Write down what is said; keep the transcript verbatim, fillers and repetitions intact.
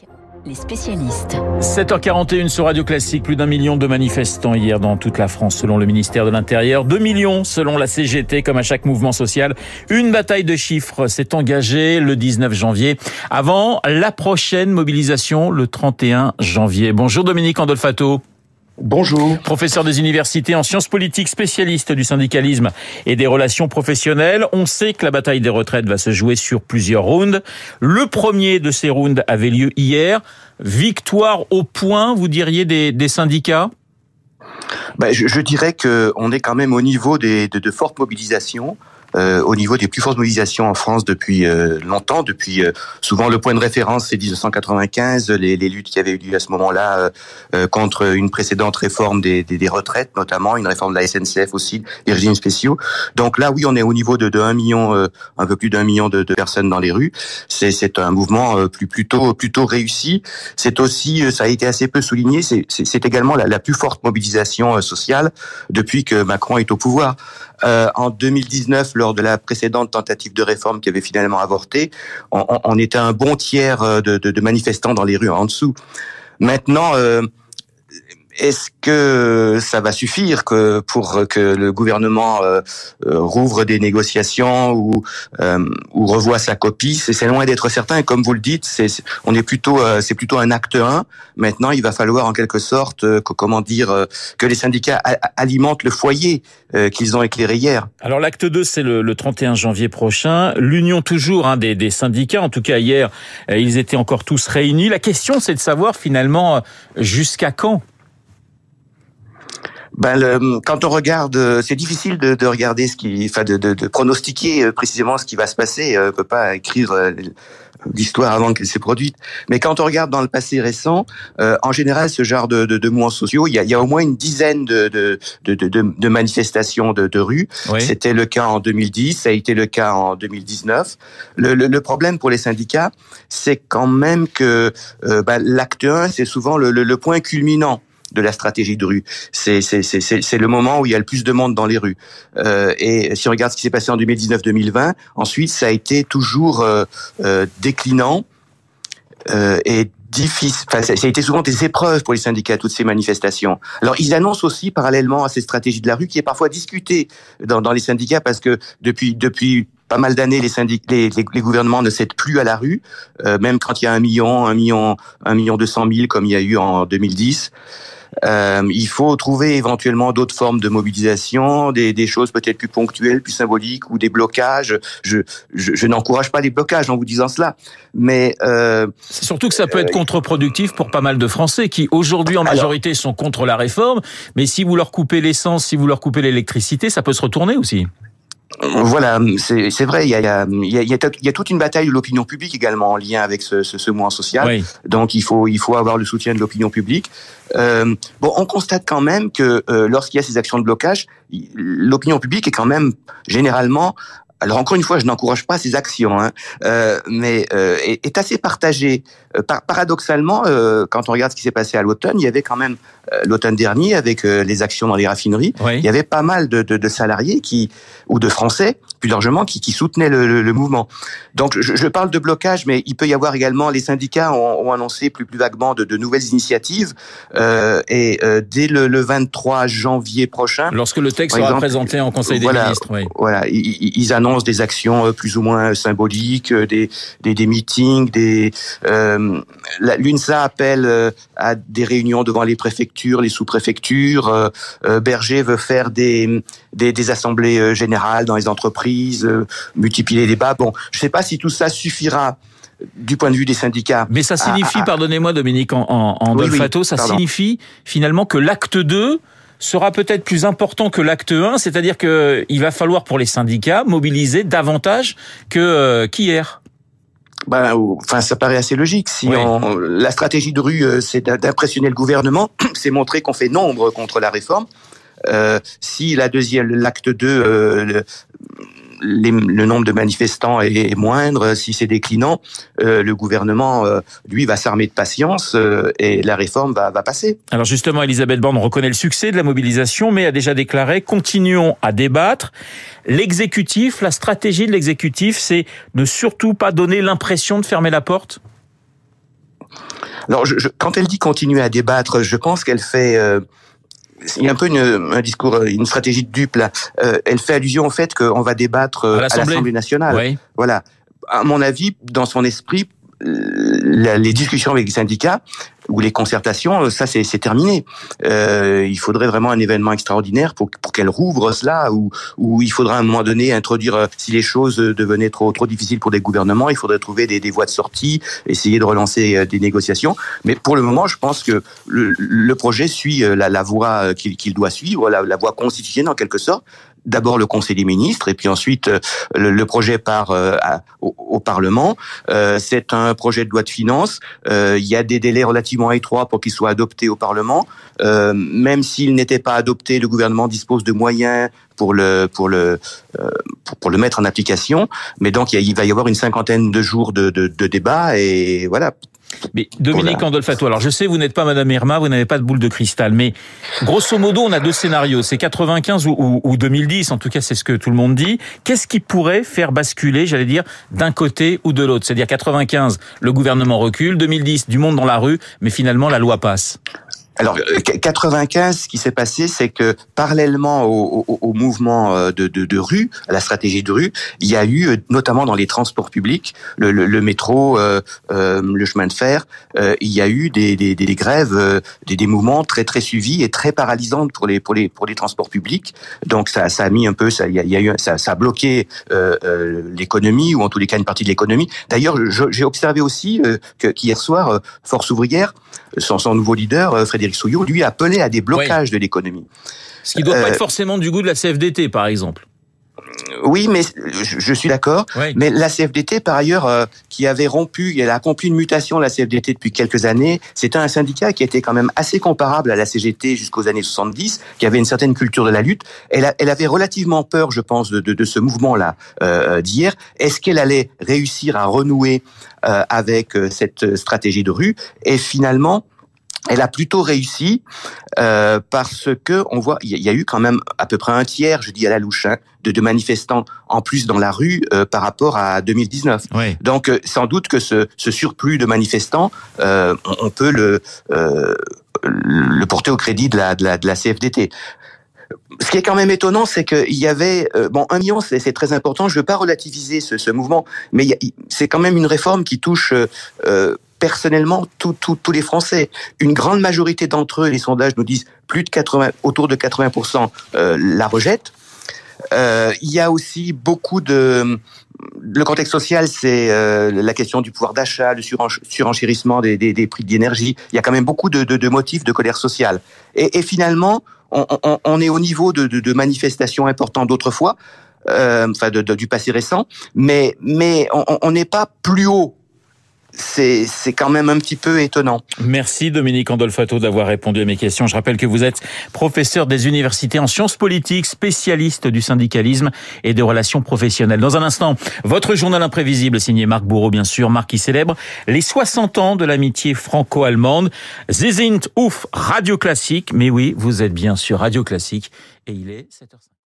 Les spécialistes. sept heures quarante et une sur Radio Classique. Plus d'un million de manifestants hier dans toute la France selon le ministère de l'Intérieur. Deux millions selon la C G T, comme à chaque mouvement social. Une bataille de chiffres s'est engagée le dix-neuf janvier avant la prochaine mobilisation le trente et un janvier. Bonjour Dominique Andolfato. Bonjour. Professeur des universités en sciences politiques, spécialiste du syndicalisme et des relations professionnelles. On sait que la bataille des retraites va se jouer sur plusieurs rounds. Le premier de ces rounds avait lieu hier. Victoire au point, vous diriez, des, des syndicats ? Ben, je, je dirais qu'on est quand même au niveau des, de, de fortes mobilisations. Euh, au niveau des plus fortes mobilisations en France depuis euh, longtemps, depuis euh, souvent le point de référence c'est dix-neuf cent quatre-vingt-quinze, les, les luttes qui avaient eu lieu à ce moment-là euh, euh, contre une précédente réforme des, des, des retraites, notamment une réforme de la S N C F aussi, des régimes spéciaux. Donc là, oui, on est au niveau de, de un million, euh, un peu plus d'un million de, de personnes dans les rues. C'est, c'est un mouvement euh, plus plutôt plutôt réussi. C'est aussi, euh, ça a été assez peu souligné, c'est, c'est, c'est également la, la plus forte mobilisation euh, sociale depuis que Macron est au pouvoir. Euh, en deux mille dix-neuf, lors de la précédente tentative de réforme qui avait finalement avorté, on, on était un bon tiers de, de, de manifestants dans les rues en dessous. Maintenant, euh, est-ce que ça va suffire que pour que le gouvernement euh, rouvre des négociations ou euh, ou revoie sa copie? C'est, c'est loin d'être certain. Et comme vous le dites, c'est, c'est on est plutôt euh, c'est plutôt un acte un. Maintenant, il va falloir en quelque sorte euh, que, comment dire euh, que les syndicats a, alimentent le foyer euh, qu'ils ont éclairé hier. Alors l'acte deux, c'est le, le trente et un janvier prochain. L'union toujours hein, des, des syndicats. En tout cas hier, euh, ils étaient encore tous réunis. La question, c'est de savoir finalement euh, jusqu'à quand. Ben, le, quand on regarde, c'est difficile de, de regarder ce qui, enfin, de, de, de pronostiquer précisément ce qui va se passer. On peut pas écrire l'histoire avant qu'elle s'est produite. Mais quand on regarde dans le passé récent, euh, en général, ce genre de, de, de mouvements sociaux, il y a, il y a au moins une dizaine de, de, de, de, de manifestations de, de rue. Oui. C'était le cas en deux mille dix, ça a été le cas en deux mille dix-neuf. Le, le, le problème pour les syndicats, c'est quand même que euh, ben, l'acte un, c'est souvent le, le, le point culminant de la stratégie de rue. C'est, c'est, c'est, c'est, c'est le moment où il y a le plus de monde dans les rues. Euh, et si on regarde ce qui s'est passé en deux mille dix-neuf deux mille vingt, ensuite, ça a été toujours euh, euh, déclinant euh, et difficile. Enfin, ça a été souvent des épreuves pour les syndicats, toutes ces manifestations. Alors, ils annoncent aussi, parallèlement à ces stratégies de la rue, qui est parfois discutée dans, dans les syndicats, parce que depuis depuis pas mal d'années, les, syndic- les, les, les gouvernements ne cèdent plus à la rue, euh, même quand il y a un million, un million, un million deux cent mille, comme il y a eu en deux mille dix. Euh, il faut trouver éventuellement d'autres formes de mobilisation, des, des choses peut-être plus ponctuelles, plus symboliques, ou des blocages. Je, je, je n'encourage pas les blocages en vous disant cela, mais euh, c'est surtout que ça peut être contre-productif pour pas mal de Français qui aujourd'hui en majorité alors, sont contre la réforme. Mais si vous leur coupez l'essence, si vous leur coupez l'électricité, ça peut se retourner aussi. Voilà, c'est, c'est vrai, il y a, il y, a, il y, a, il y a toute une bataille de l'opinion publique également en lien avec ce, ce, ce mouvement social. Oui. Donc il faut, il faut avoir le soutien de l'opinion publique. Euh, bon, on constate quand même que euh, lorsqu'il y a ces actions de blocage, l'opinion publique est quand même généralement, alors encore une fois, je n'encourage pas ces actions, hein, euh, mais euh, est, est assez partagée. Euh, par, paradoxalement, euh, quand on regarde ce qui s'est passé à l'automne, il y avait quand même euh, l'automne dernier avec euh, les actions dans les raffineries, oui. Il y avait pas mal de, de, de salariés qui ou de Français plus largement qui, qui soutenaient le, le, le mouvement. Donc je, je parle de blocage, mais il peut y avoir également les syndicats ont, ont annoncé plus plus vaguement de, de nouvelles initiatives euh, et euh, dès le, le vingt-trois janvier prochain, lorsque le texte sera exemple, présenté en Conseil des voilà, ministres, oui. Voilà, ils, ils annoncent des actions plus ou moins symboliques, des des, des meetings, des euh, l'U N S A appelle à des réunions devant les préfectures, les sous-préfectures. Euh, Berger veut faire des des, des assemblées générales dans les entreprises, euh, multiplier les débats. Bon, je ne sais pas si tout ça suffira du point de vue des syndicats. Mais ça signifie, à, à, pardonnez-moi Dominique en, en, en oui, Dolfato, oui, ça pardon. signifie finalement que l'acte deux sera peut-être plus important que l'acte un, c'est-à-dire que il va falloir pour les syndicats mobiliser davantage que euh, qu'hier. Ben, enfin, ça paraît assez logique. Si oui. on, la stratégie de rue, c'est d'impressionner le gouvernement, c'est montrer qu'on fait nombre contre la réforme. Euh, si la deuxième, l'acte deux, euh, le, les, le nombre de manifestants est, est moindre, si c'est déclinant, euh, le gouvernement, euh, lui, va s'armer de patience euh, et la réforme va, va passer. Alors justement, Elisabeth Borne reconnaît le succès de la mobilisation, mais a déjà déclaré « Continuons à débattre ». L'exécutif, la stratégie de l'exécutif, c'est ne surtout pas donner l'impression de fermer la porte ? Alors, je, je, quand elle dit continuer à débattre, je pense qu'elle fait... Euh, il y a un peu une, un discours, une stratégie de dupe là. Euh, elle fait allusion au fait qu'on va débattre à l'Assemblée, à l'Assemblée nationale. Oui. Voilà. À mon avis, dans son esprit, la, les discussions avec les syndicats ou les concertations, ça c'est, c'est terminé. Euh, il faudrait vraiment un événement extraordinaire pour, pour qu'elle rouvre cela, ou, ou il faudra à un moment donné introduire, si les choses devenaient trop, trop difficiles pour des gouvernements, il faudrait trouver des, des voies de sortie, essayer de relancer des négociations. Mais pour le moment, je pense que le, le projet suit la, la voie qu'il, qu'il doit suivre, la, la voie constitutionnelle en quelque sorte. D'abord le Conseil des ministres et puis ensuite le, le projet part euh, à, au, au Parlement. Euh, c'est un projet de loi de finances. Euh, il y a des délais relativement étroits pour qu'il soit adopté au Parlement. Euh, même s'il n'était pas adopté, le gouvernement dispose de moyens pour le pour le euh, pour, pour le mettre en application. Mais donc il, y a, il va y avoir une cinquantaine de jours de, de, de débat et voilà. Mais Dominique Andolfatto, alors je sais, vous n'êtes pas Madame Irma, vous n'avez pas de boule de cristal, mais grosso modo, on a deux scénarios, c'est quatre-vingt-quinze ou, ou, ou deux mille dix, en tout cas c'est ce que tout le monde dit. Qu'est-ce qui pourrait faire basculer, j'allais dire, d'un côté ou de l'autre? C'est-à-dire quatre-vingt-quinze, le gouvernement recule, deux mille dix, du monde dans la rue, mais finalement la loi passe. Alors, quatre-vingt-quinze, ce qui s'est passé, c'est que parallèlement au, au, au mouvement de, de, de rue, à la stratégie de rue, il y a eu, notamment dans les transports publics, le, le, le métro, euh, euh, le chemin de fer, euh, il y a eu des, des, des grèves, euh, des, des mouvements très très suivis et très paralysants pour les pour les pour les transports publics. Donc ça, ça a mis un peu, ça, il y a, il y a eu, ça, ça a bloqué euh, euh, l'économie ou en tous les cas une partie de l'économie. D'ailleurs, je, j'ai observé aussi euh, que qu'hier soir, euh, Force ouvrière, son, son nouveau leader, euh, Frédéric Souillot, lui appelait à des blocages oui. de l'économie. Ce qui ne doit euh, pas être forcément du goût de la C F D T, par exemple. Oui, mais je, je suis d'accord. Oui. Mais la C F D T, par ailleurs, euh, qui avait rompu, elle a accompli une mutation, la C F D T, depuis quelques années. C'était un syndicat qui était quand même assez comparable à la C G T jusqu'aux années soixante-dix, qui avait une certaine culture de la lutte. Elle, a, elle avait relativement peur, je pense, de, de, de ce mouvement-là euh, d'hier. Est-ce qu'elle allait réussir à renouer euh, avec euh, cette stratégie de rue? Et finalement, elle a plutôt réussi euh, parce que on voit, il y a eu quand même à peu près un tiers, je dis à la louche, hein, de, de manifestants en plus dans la rue euh, par rapport à deux mille dix-neuf. Oui. Donc euh, sans doute que ce, ce surplus de manifestants, euh, on, on peut le, euh, le porter au crédit de la, de la, de la C F D T. Ce qui est quand même étonnant, c'est qu'il y avait euh, bon un million, c'est, c'est très important. Je veux pas relativiser ce, ce mouvement, mais il y a, c'est quand même une réforme qui touche euh, personnellement tous tout, tous les Français. Une grande majorité d'entre eux, les sondages nous disent plus de quatre-vingts, autour de quatre-vingts pour cent euh, la rejettent. Euh, il y a aussi beaucoup de le contexte social, c'est euh, la question du pouvoir d'achat, le surench- surenchérissement des, des, des prix de l'énergie. Il y a quand même beaucoup de, de, de motifs de colère sociale. Et, et finalement, on, on, on est au niveau de, de, de manifestations importantes d'autrefois, euh, enfin de, de, du passé récent, mais mais on n'est pas plus haut. C'est, c'est quand même un petit peu étonnant. Merci Dominique Andolfatto d'avoir répondu à mes questions. Je rappelle que vous êtes professeur des universités en sciences politiques, spécialiste du syndicalisme et des relations professionnelles. Dans un instant, votre journal imprévisible signé Marc Bourreau, bien sûr. Marc qui célèbre les soixante ans de l'amitié franco-allemande. Sie sind auf Radio Classique. Mais oui, vous êtes bien sur Radio Classique et il est sept heures cinq.